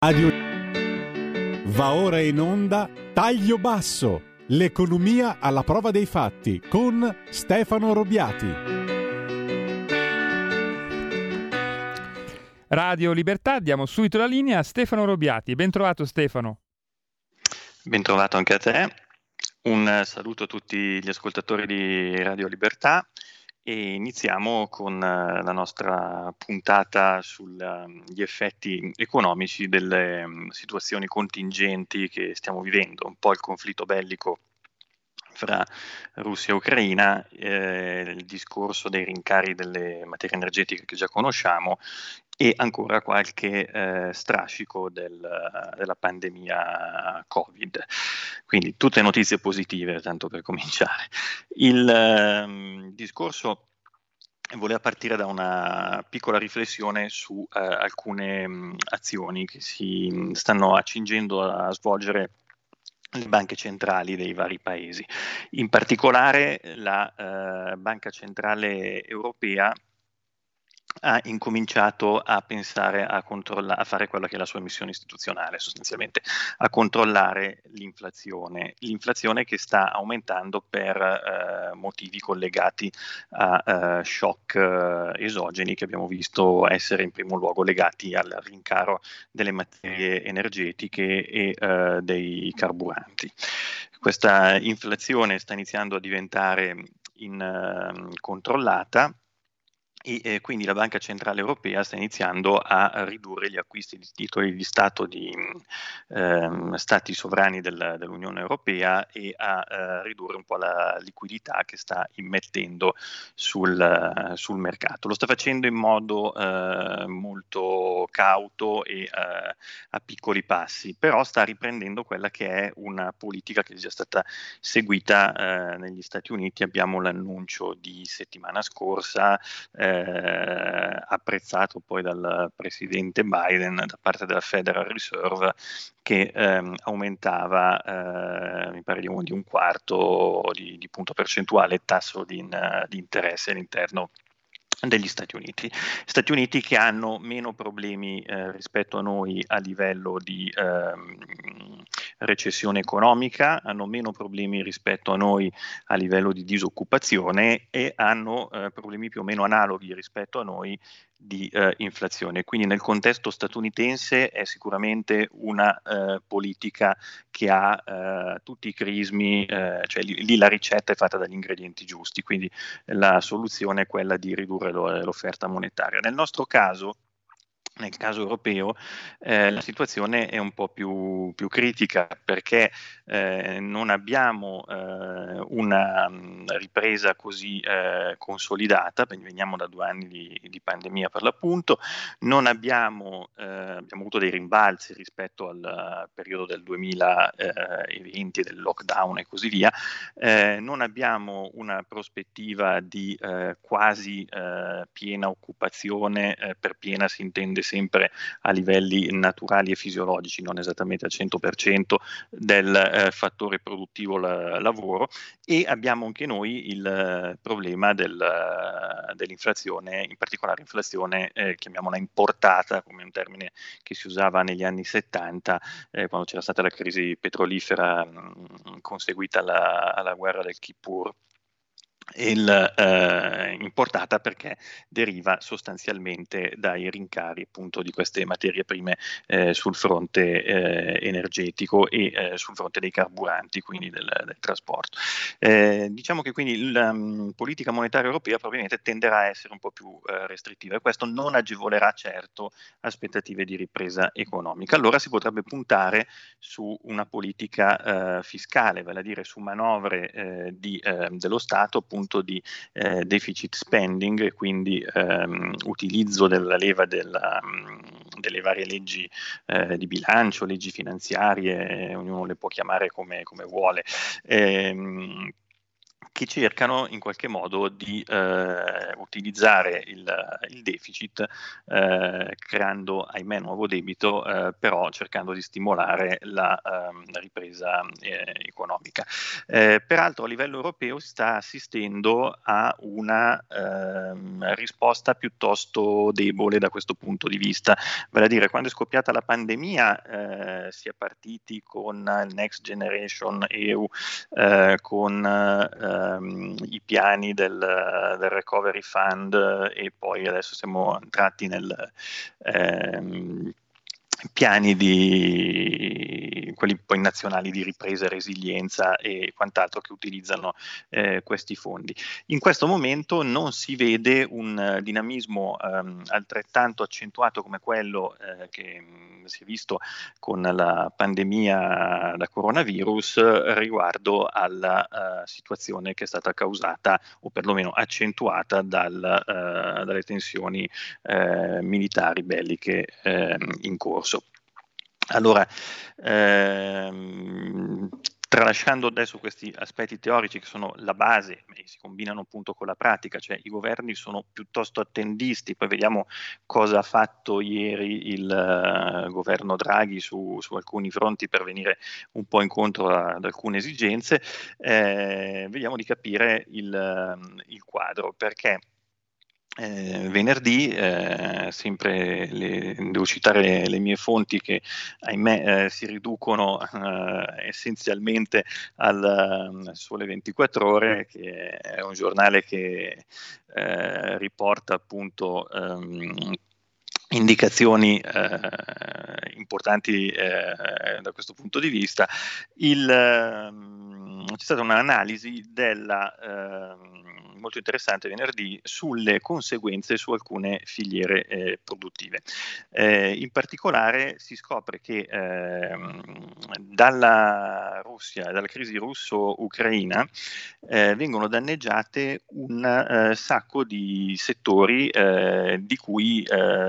Radio va ora in onda Taglio Basso, l'economia alla prova dei fatti con Stefano Robiati. Radio Libertà, diamo subito la linea a Stefano Robiati. Ben trovato Stefano. Ben trovato anche a te. Un saluto a tutti gli ascoltatori di Radio Libertà e iniziamo con la nostra puntata sugli effetti economici delle situazioni contingenti che stiamo vivendo, un po' il conflitto bellico fra Russia e Ucraina, il discorso dei rincari delle materie energetiche che già conosciamo e ancora qualche strascico della pandemia Covid. Quindi tutte notizie positive, tanto per cominciare. Il discorso voleva partire da una piccola riflessione su alcune azioni che si stanno accingendo a svolgere le banche centrali dei vari paesi. In particolare la Banca Centrale Europea ha incominciato a pensare a fare quella che è la sua missione istituzionale, sostanzialmente a controllare l'inflazione che sta aumentando per motivi collegati a shock esogeni che abbiamo visto essere in primo luogo legati al rincaro delle materie energetiche e dei carburanti. Questa inflazione sta iniziando a diventare incontrollata e quindi la Banca Centrale Europea sta iniziando a ridurre gli acquisti di titoli di Stato di stati sovrani dell'Unione Europea e a ridurre un po' la liquidità che sta immettendo sul mercato. Lo sta facendo in modo molto cauto e a piccoli passi, però sta riprendendo quella che è una politica che è già stata seguita negli Stati Uniti. Abbiamo l'annuncio di settimana scorsa apprezzato poi dal presidente Biden da parte della Federal Reserve che aumentava mi pare di un quarto di punto percentuale il tasso di interesse all'interno degli Stati Uniti che hanno meno problemi rispetto a noi a livello di recessione economica, hanno meno problemi rispetto a noi a livello di disoccupazione e hanno problemi più o meno analoghi rispetto a noi di inflazione. Quindi nel contesto statunitense è sicuramente una politica che ha tutti i crismi, cioè lì la ricetta è fatta dagli ingredienti giusti, quindi la soluzione è quella di ridurre l'offerta monetaria. Nel nostro caso, nel caso europeo, la situazione è un po' più critica perché non abbiamo una ripresa così consolidata, veniamo da 2 anni di pandemia per l'appunto, non abbiamo avuto dei rimbalzi rispetto al periodo del 2020, del lockdown e così via, non abbiamo una prospettiva di quasi piena occupazione, per piena si intende sempre a livelli naturali e fisiologici, non esattamente al 100% del fattore produttivo lavoro, e abbiamo anche noi il problema dell'inflazione, in particolare inflazione chiamiamola importata, come un termine che si usava negli anni 70 quando c'era stata la crisi petrolifera conseguita alla guerra del Kippur. Importata perché deriva sostanzialmente dai rincari appunto di queste materie prime sul fronte energetico e sul fronte dei carburanti, quindi del trasporto. Diciamo che quindi la politica monetaria europea probabilmente tenderà a essere un po' più restrittiva e questo non agevolerà certo aspettative di ripresa economica. Allora si potrebbe puntare su una politica fiscale, vale a dire su manovre dello Stato appunto di deficit spending e quindi utilizzo della leva delle varie leggi di bilancio, leggi finanziarie, ognuno le può chiamare come vuole, che cercano in qualche modo di utilizzare il deficit creando, ahimè, nuovo debito, però cercando di stimolare la ripresa economica. Peraltro a livello europeo si sta assistendo a una risposta piuttosto debole da questo punto di vista, vale a dire quando è scoppiata la pandemia si è partiti con il Next Generation EU, con i piani del Recovery Fund e poi adesso siamo entrati nel piani quelli poi nazionali di ripresa e resilienza e quant'altro che utilizzano questi fondi. In questo momento non si vede un dinamismo altrettanto accentuato come quello che si è visto con la pandemia da coronavirus riguardo alla situazione che è stata causata o perlomeno accentuata dalle tensioni militari belliche in corso. Allora, tralasciando adesso questi aspetti teorici che sono la base e si combinano appunto con la pratica, cioè i governi sono piuttosto attendisti, poi vediamo cosa ha fatto ieri il governo Draghi su alcuni fronti per venire un po' incontro ad alcune esigenze, vediamo di capire il quadro, perché venerdì, sempre devo citare le mie fonti che ahimè si riducono essenzialmente al Sole 24 Ore, che è un giornale che riporta appunto indicazioni importanti da questo punto di vista. C'è stata un'analisi molto interessante venerdì sulle conseguenze su alcune filiere produttive. In particolare si scopre che dalla crisi russo-ucraina vengono danneggiate un sacco di settori di cui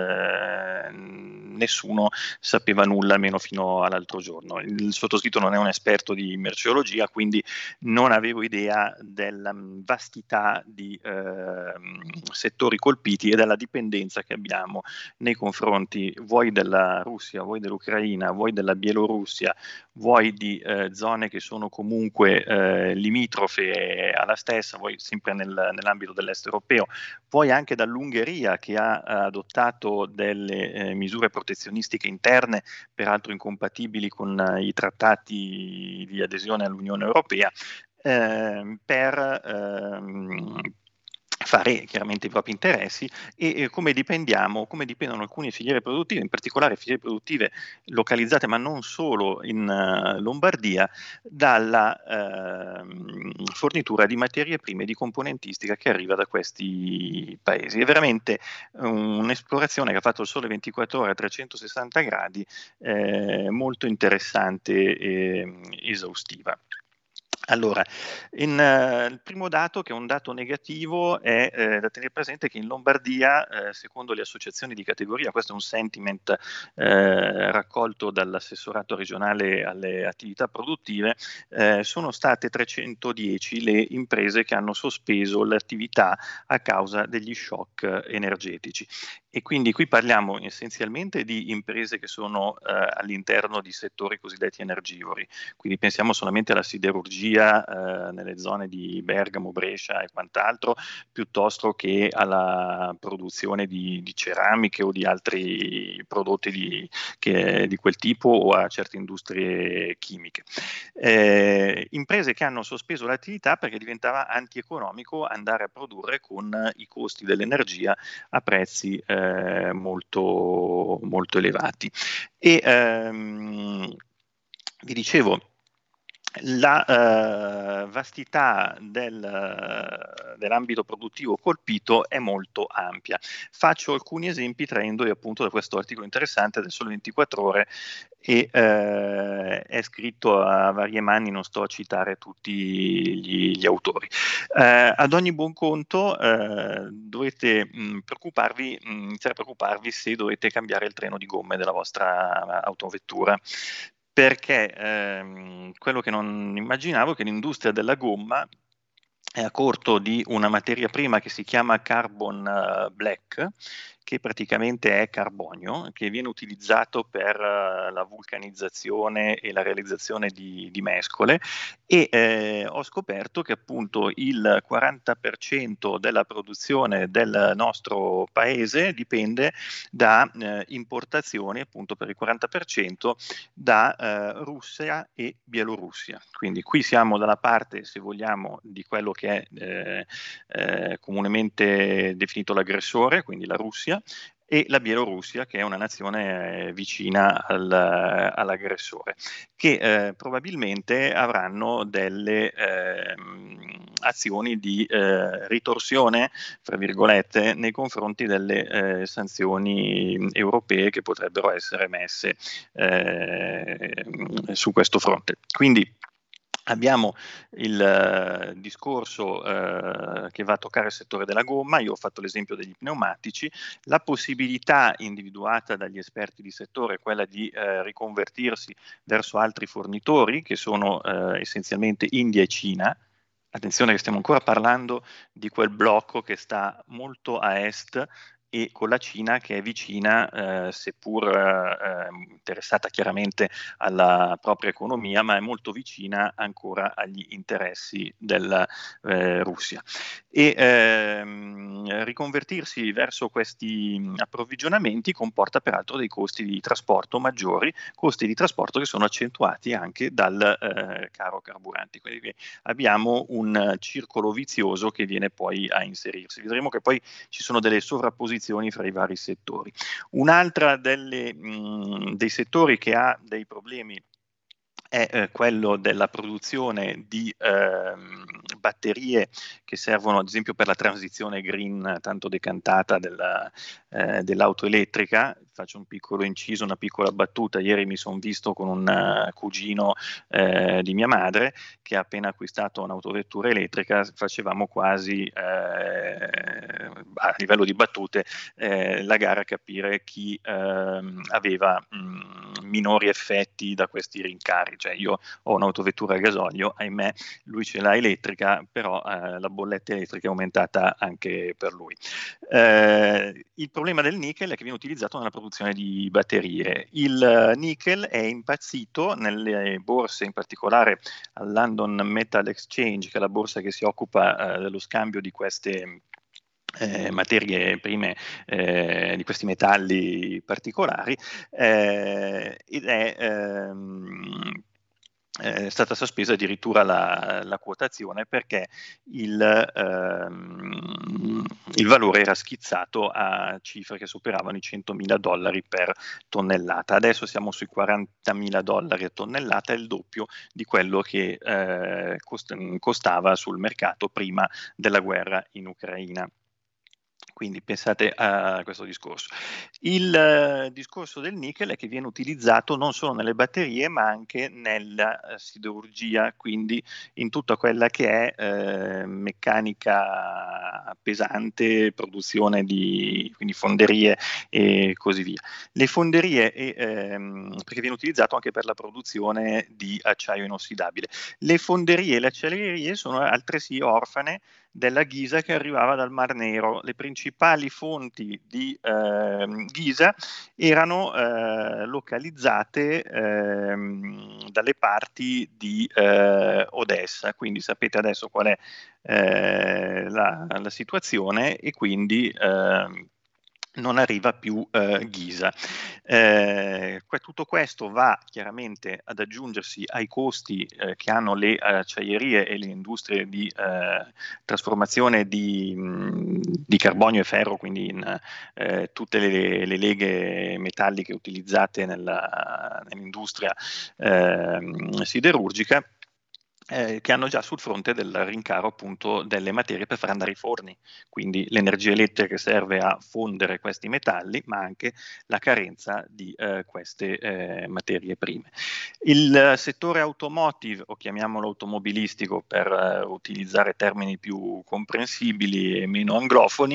nessuno sapeva nulla, almeno fino all'altro giorno. Il sottoscritto non è un esperto di merceologia, quindi non avevo idea della vastità di settori colpiti e della dipendenza che abbiamo nei confronti vuoi della Russia, vuoi dell'Ucraina, vuoi della Bielorussia, vuoi di zone che sono comunque limitrofe alla stessa, vuoi sempre nell'ambito dell'est europeo, vuoi anche dall'Ungheria che ha adottato delle misure protezionistiche interne, peraltro incompatibili con i trattati di adesione all'Unione Europea, per fare chiaramente i propri interessi e come dipendono alcune filiere produttive, in particolare filiere produttive localizzate ma non solo in Lombardia, dalla fornitura di materie prime di componentistica che arriva da questi paesi. È veramente un'esplorazione che ha fatto il Sole 24 Ore a 360 gradi, molto interessante e esaustiva. Allora, il primo dato, che è un dato negativo, è da tenere presente che in Lombardia, secondo le associazioni di categoria, questo è un sentiment raccolto dall'assessorato regionale alle attività produttive, sono state 310 le imprese che hanno sospeso l'attività a causa degli shock energetici. E quindi qui parliamo essenzialmente di imprese che sono all'interno di settori cosiddetti energivori, quindi pensiamo solamente alla siderurgia nelle zone di Bergamo, Brescia e quant'altro, piuttosto che alla produzione di ceramiche o di altri prodotti di quel tipo o a certe industrie chimiche. Imprese che hanno sospeso l'attività perché diventava antieconomico andare a produrre con i costi dell'energia a prezzi molto, molto elevati. E vi dicevo, la vastità dell'ambito produttivo colpito è molto ampia. Faccio alcuni esempi traendoli appunto da questo articolo interessante del Sole 24 Ore e è scritto a varie mani, non sto a citare tutti gli autori. Ad ogni buon conto dovete iniziare a preoccuparvi se dovete cambiare il treno di gomme della vostra autovettura, perché quello che non immaginavo è che l'industria della gomma è a corto di una materia prima che si chiama carbon black, che praticamente è carbonio, che viene utilizzato per la vulcanizzazione e la realizzazione di mescole, e ho scoperto che appunto il 40% della produzione del nostro paese dipende da importazioni, appunto per il 40%, da Russia e Bielorussia. Quindi qui siamo dalla parte, se vogliamo, di quello che è comunemente definito l'aggressore, quindi la Russia, e la Bielorussia, che è una nazione vicina all'aggressore, che probabilmente avranno delle azioni di ritorsione, fra virgolette, nei confronti delle sanzioni europee che potrebbero essere messe su questo fronte. Quindi abbiamo il discorso che va a toccare il settore della gomma. Io ho fatto l'esempio degli pneumatici. La possibilità individuata dagli esperti di settore è quella di riconvertirsi verso altri fornitori, che sono essenzialmente India e Cina. Attenzione che stiamo ancora parlando di quel blocco che sta molto a est, e con la Cina che è vicina, seppur interessata chiaramente alla propria economia, ma è molto vicina ancora agli interessi della Russia. E riconvertirsi verso questi approvvigionamenti comporta peraltro dei costi di trasporto maggiori, costi di trasporto che sono accentuati anche dal caro carburanti. Quindi abbiamo un circolo vizioso che viene poi a inserirsi. Vedremo che poi ci sono delle sovrapposizioni fra i vari settori. Un'altra dei settori che ha dei problemi è quello della produzione di batterie che servono ad esempio per la transizione green tanto decantata dell'auto elettrica. Faccio un piccolo inciso, una piccola battuta. Ieri mi sono visto con un cugino di mia madre che ha appena acquistato un'autovettura elettrica. Facevamo quasi a livello di battute la gara a capire chi aveva minori effetti da questi rincari. Cioè, io ho un'autovettura a gasolio, ahimè, lui ce l'ha elettrica, però la bolletta elettrica è aumentata anche per lui. Il problema del nickel è che viene utilizzato nella produzione di batterie. Il nickel è impazzito nelle borse, in particolare al London Metal Exchange, che è la borsa che si occupa dello scambio di queste materie prime, di questi metalli particolari, ed è stata sospesa addirittura la quotazione perché il valore era schizzato a cifre che superavano i $100.000 per tonnellata. Adesso siamo sui $40.000 a tonnellata, è il doppio di quello che costava sul mercato prima della guerra in Ucraina. Quindi pensate a questo discorso. Il discorso del nickel è che viene utilizzato non solo nelle batterie ma anche nella siderurgia, quindi in tutta quella che è meccanica pesante, produzione di quindi fonderie e così via. Le fonderie, perché viene utilizzato anche per la produzione di acciaio inossidabile. Le fonderie e le acciaierie sono altresì orfane della ghisa che arrivava dal Mar Nero. Le principali fonti di ghisa erano localizzate dalle parti di Odessa, quindi sapete adesso qual è la situazione, e quindi non arriva più ghisa. Tutto questo va chiaramente ad aggiungersi ai costi che hanno le acciaierie e le industrie di trasformazione di carbonio e ferro, quindi in tutte le leghe metalliche utilizzate nell'industria siderurgica, che hanno già sul fronte del rincaro appunto delle materie per far andare i forni, quindi l'energia elettrica che serve a fondere questi metalli, ma anche la carenza di queste materie prime. Il settore automotive, o chiamiamolo automobilistico per utilizzare termini più comprensibili e meno anglofoni,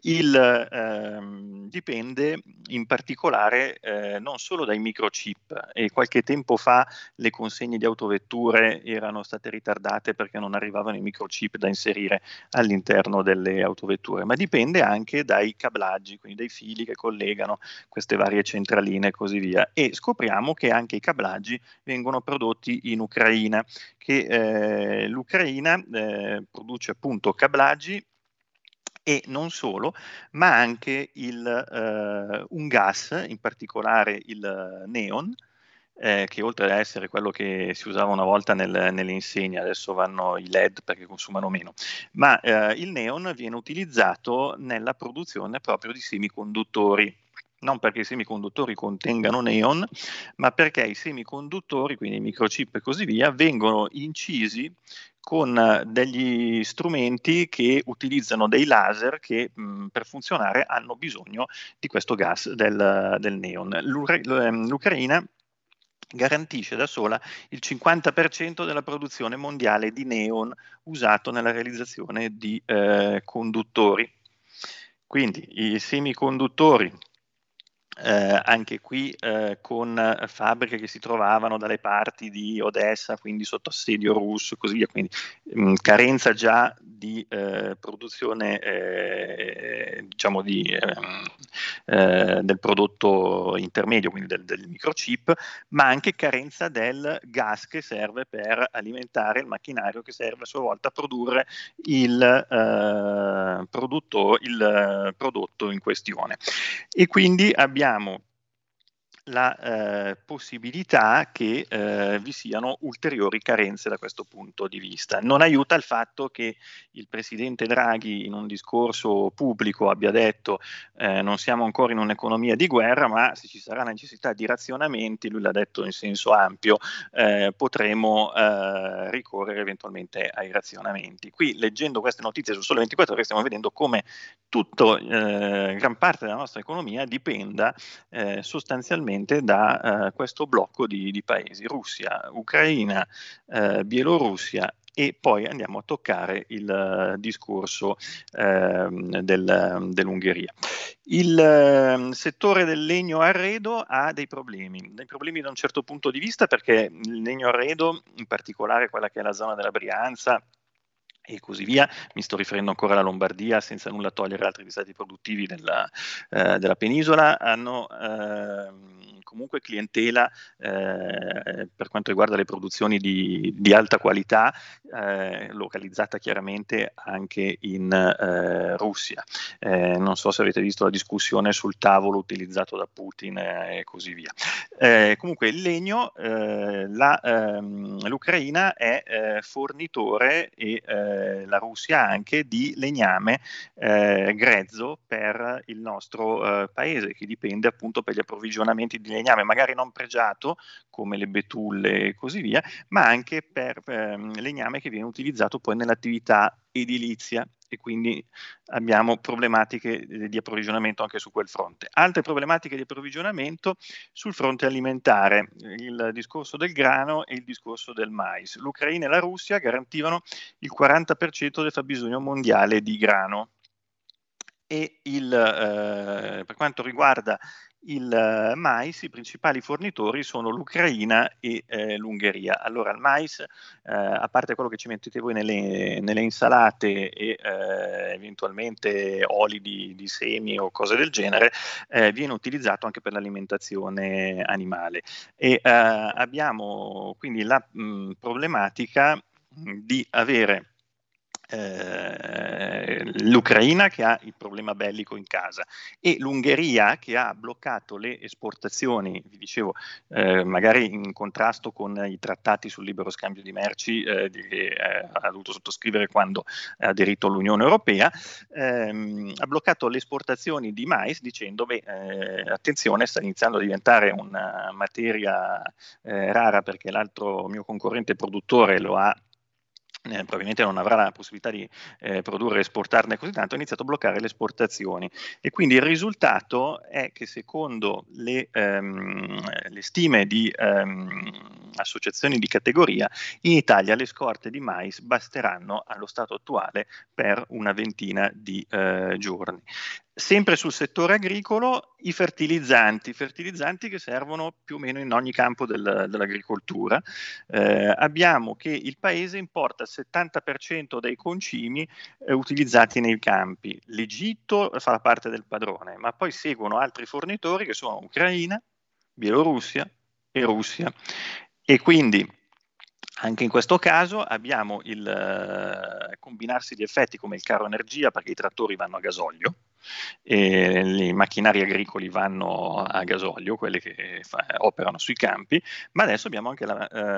dipende in particolare non solo dai microchip, e qualche tempo fa le consegne di autovetture erano state state ritardate perché non arrivavano i microchip da inserire all'interno delle autovetture, ma dipende anche dai cablaggi, quindi dai fili che collegano queste varie centraline e così via. E scopriamo che anche i cablaggi vengono prodotti in Ucraina, che l'Ucraina produce appunto cablaggi e non solo, ma anche un gas, in particolare il neon, che oltre ad essere quello che si usava una volta nelle insegne, adesso vanno i LED perché consumano meno, ma il neon viene utilizzato nella produzione proprio di semiconduttori. Non perché i semiconduttori contengano neon, ma perché i semiconduttori, quindi i microchip e così via, vengono incisi con degli strumenti che utilizzano dei laser che per funzionare hanno bisogno di questo gas del neon. L'Ucraina garantisce da sola il 50% della produzione mondiale di neon usato nella realizzazione di conduttori. Quindi i semiconduttori, anche qui con fabbriche che si trovavano dalle parti di Odessa, quindi sotto assedio russo e così via, quindi carenza già di produzione diciamo del prodotto intermedio, quindi del microchip, ma anche carenza del gas che serve per alimentare il macchinario che serve a sua volta a produrre il prodotto in questione. E quindi abbiamo la possibilità che vi siano ulteriori carenze da questo punto di vista. Non aiuta il fatto che il presidente Draghi in un discorso pubblico abbia detto non siamo ancora in un'economia di guerra, ma se ci sarà necessità di razionamenti, lui l'ha detto in senso ampio, potremo ricorrere eventualmente ai razionamenti. Qui leggendo queste notizie su Sole 24 Ore stiamo vedendo come gran parte della nostra economia dipenda sostanzialmente da questo blocco di paesi, Russia, Ucraina, Bielorussia, e poi andiamo a toccare il discorso dell'Ungheria. Il settore del legno arredo ha dei problemi da un certo punto di vista, perché il legno arredo, in particolare quella che è la zona della Brianza e così via, mi sto riferendo ancora alla Lombardia senza nulla togliere altri distretti produttivi della penisola, hanno comunque clientela per quanto riguarda le produzioni di alta qualità, localizzata chiaramente anche in Russia. Non so se avete visto la discussione sul tavolo utilizzato da Putin e così via. Comunque il legno, l'Ucraina è fornitore e la Russia anche di legname grezzo per il nostro paese, che dipende appunto per gli approvvigionamenti di legname, magari non pregiato come le betulle e così via, ma anche per legname che viene utilizzato poi nell'attività edilizia, e quindi abbiamo problematiche di approvvigionamento anche su quel fronte. Altre problematiche di approvvigionamento sul fronte alimentare, il discorso del grano e il discorso del mais. L'Ucraina e la Russia garantivano il 40% del fabbisogno mondiale di grano, e per quanto riguarda il mais, i principali fornitori sono l'Ucraina e l'Ungheria. Allora il mais, a parte quello che ci mettete voi nelle insalate e eventualmente oli di semi o cose del genere, viene utilizzato anche per l'alimentazione animale, e abbiamo quindi la problematica di avere l'Ucraina che ha il problema bellico in casa e l'Ungheria che ha bloccato le esportazioni, vi dicevo, magari in contrasto con i trattati sul libero scambio di merci che ha dovuto sottoscrivere quando ha aderito all'Unione Europea, ha bloccato le esportazioni di mais dicendo attenzione, sta iniziando a diventare una materia rara, perché l'altro mio concorrente produttore lo ha probabilmente non avrà la possibilità di produrre e esportarne così tanto, ha iniziato a bloccare le esportazioni, e quindi il risultato è che secondo le stime di associazioni di categoria, in Italia le scorte di mais basteranno allo stato attuale per una ventina di giorni. Sempre sul settore agricolo, i fertilizzanti che servono più o meno in ogni campo dell'agricoltura. Abbiamo che il paese importa il 70% dei concimi utilizzati nei campi. L'Egitto fa parte del padrone, ma poi seguono altri fornitori che sono Ucraina, Bielorussia e Russia. E quindi anche in questo caso abbiamo il combinarsi di effetti come il caro energia, perché i trattori vanno a gasolio, e i macchinari agricoli vanno a gasolio, quelli che operano sui campi, ma adesso abbiamo anche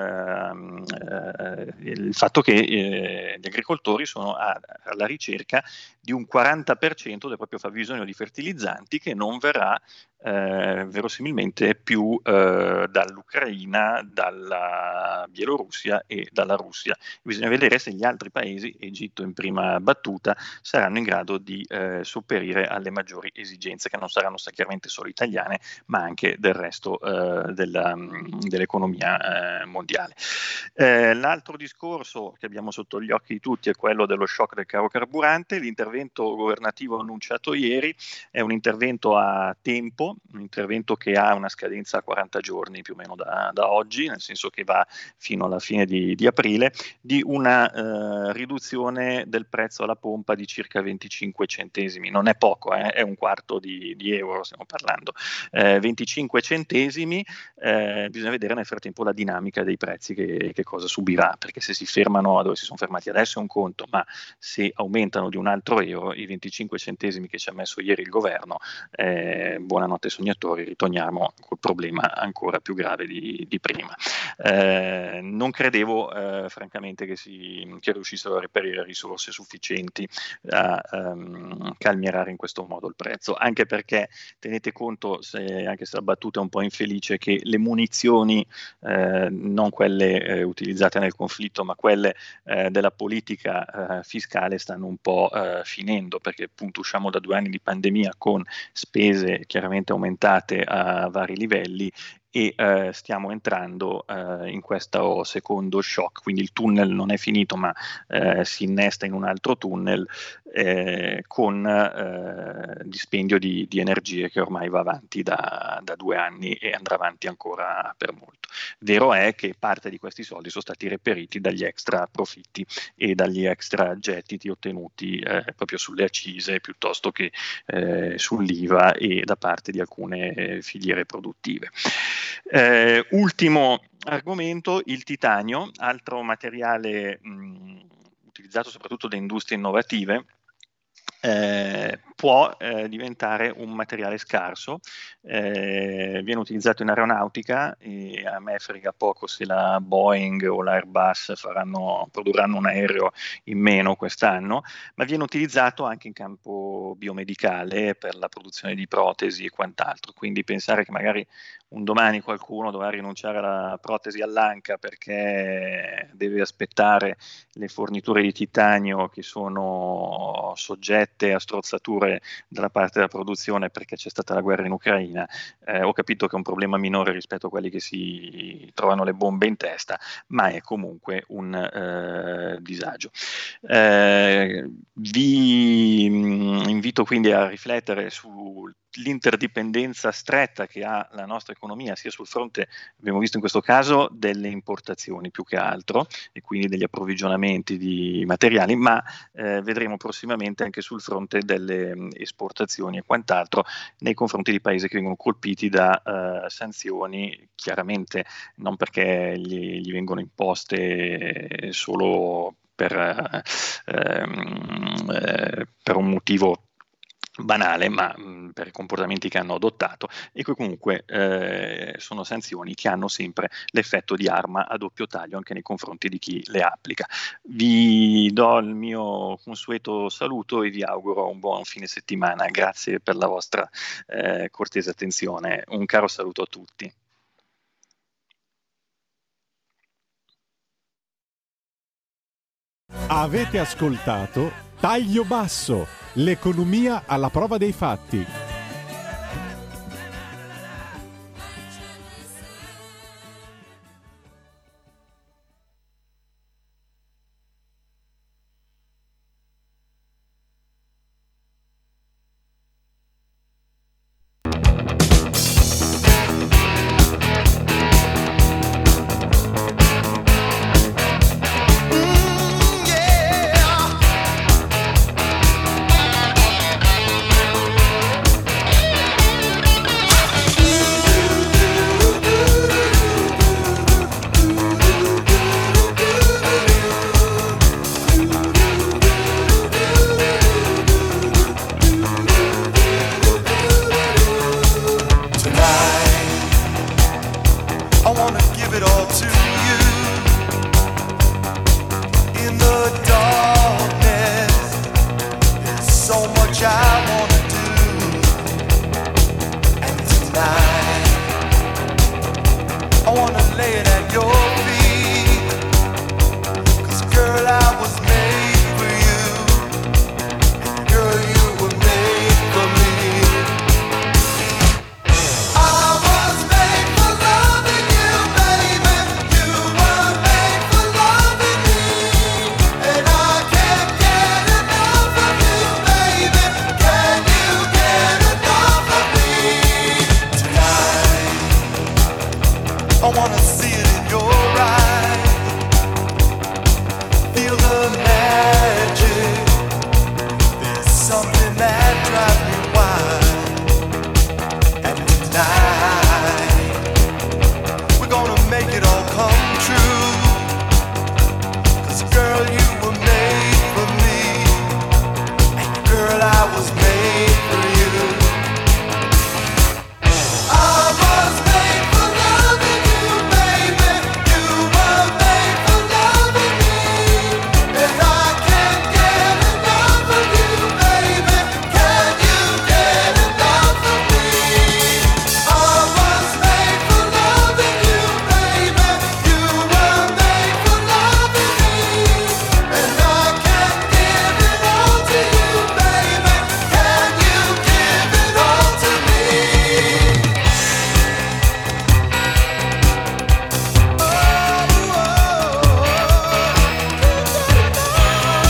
il fatto che gli agricoltori sono alla ricerca di un 40% del proprio fabbisogno di fertilizzanti che non verrà verosimilmente più dall'Ucraina, dalla Bielorussia e dalla Russia. Bisogna vedere se gli altri paesi, Egitto in prima battuta, saranno in grado di sopperire alle maggiori esigenze, che non saranno chiaramente solo italiane, ma anche del resto dell'economia mondiale. L'altro discorso che abbiamo sotto gli occhi di tutti è quello dello shock del caro carburante. L'intervento governativo annunciato ieri è un intervento a tempo, un intervento che ha una scadenza a 40 giorni più o meno da oggi, nel senso che va fino alla fine di aprile, di una riduzione del prezzo alla pompa di circa 25 centesimi. Non è poco, è un quarto di euro, stiamo parlando. 25 centesimi, bisogna vedere nel frattempo la dinamica dei prezzi che cosa subirà, perché se si fermano dove si sono fermati adesso è un conto, ma se aumentano di un altro euro, i 25 centesimi che ci ha messo ieri il governo, buonanotte sognatori, ritorniamo col problema ancora più grave di prima. Non credevo francamente che riuscissero a reperire risorse sufficienti a calmierare in questo modo il prezzo, anche perché tenete conto, anche se la battuta è un po' infelice, che le munizioni, non quelle utilizzate nel conflitto, ma quelle della politica fiscale stanno un po' finendo, perché appunto usciamo da 2 anni di pandemia con spese chiaramente aumentate a vari livelli e stiamo entrando in questo secondo shock, quindi il tunnel non è finito, ma si innesta in un altro tunnel con dispendio di energie che ormai va avanti da 2 anni e andrà avanti ancora per molto. Vero è che parte di questi soldi sono stati reperiti dagli extra profitti e dagli extra gettiti ottenuti proprio sulle accise piuttosto che sull'IVA e da parte di alcune filiere produttive. Ultimo argomento, il titanio, altro materiale utilizzato soprattutto da industrie innovative. Può diventare un materiale scarso, viene utilizzato in aeronautica e a me frega poco se la Boeing o la Airbus produrranno un aereo in meno quest'anno, ma viene utilizzato anche in campo biomedicale per la produzione di protesi e quant'altro, quindi pensare che magari un domani qualcuno dovrà rinunciare alla protesi all'anca perché deve aspettare le forniture di titanio che sono soggette a strozzature dalla parte della produzione perché c'è stata la guerra in Ucraina, ho capito che è un problema minore rispetto a quelli che si trovano le bombe in testa, ma è comunque un disagio. Vi invito quindi a riflettere sull'interdipendenza stretta che ha la nostra economia, sia sul fronte, abbiamo visto in questo caso, delle importazioni più che altro, e quindi degli approvvigionamenti di materiali, ma vedremo prossimamente anche sul fronte delle esportazioni e quant'altro nei confronti di paesi che vengono colpiti da sanzioni, chiaramente non perché gli vengono imposte solo per un motivo banale, ma per i comportamenti che hanno adottato, e che comunque sono sanzioni che hanno sempre l'effetto di arma a doppio taglio anche nei confronti di chi le applica. Vi do il mio consueto saluto e vi auguro un buon fine settimana. Grazie per la vostra cortese attenzione. Un caro saluto a tutti. Avete ascoltato Taglio Basso, l'economia alla prova dei fatti. all to you. In the darkness, there's so much I wanna do. And tonight, I wanna lay it at your feet. 'Cause girl, I was made for you. Girl, you were made for me. I was made for loving you, baby. You were made for loving me. And I can't get enough of you, baby. Can you get enough of me? Tonight, I wanna see it in your eyes.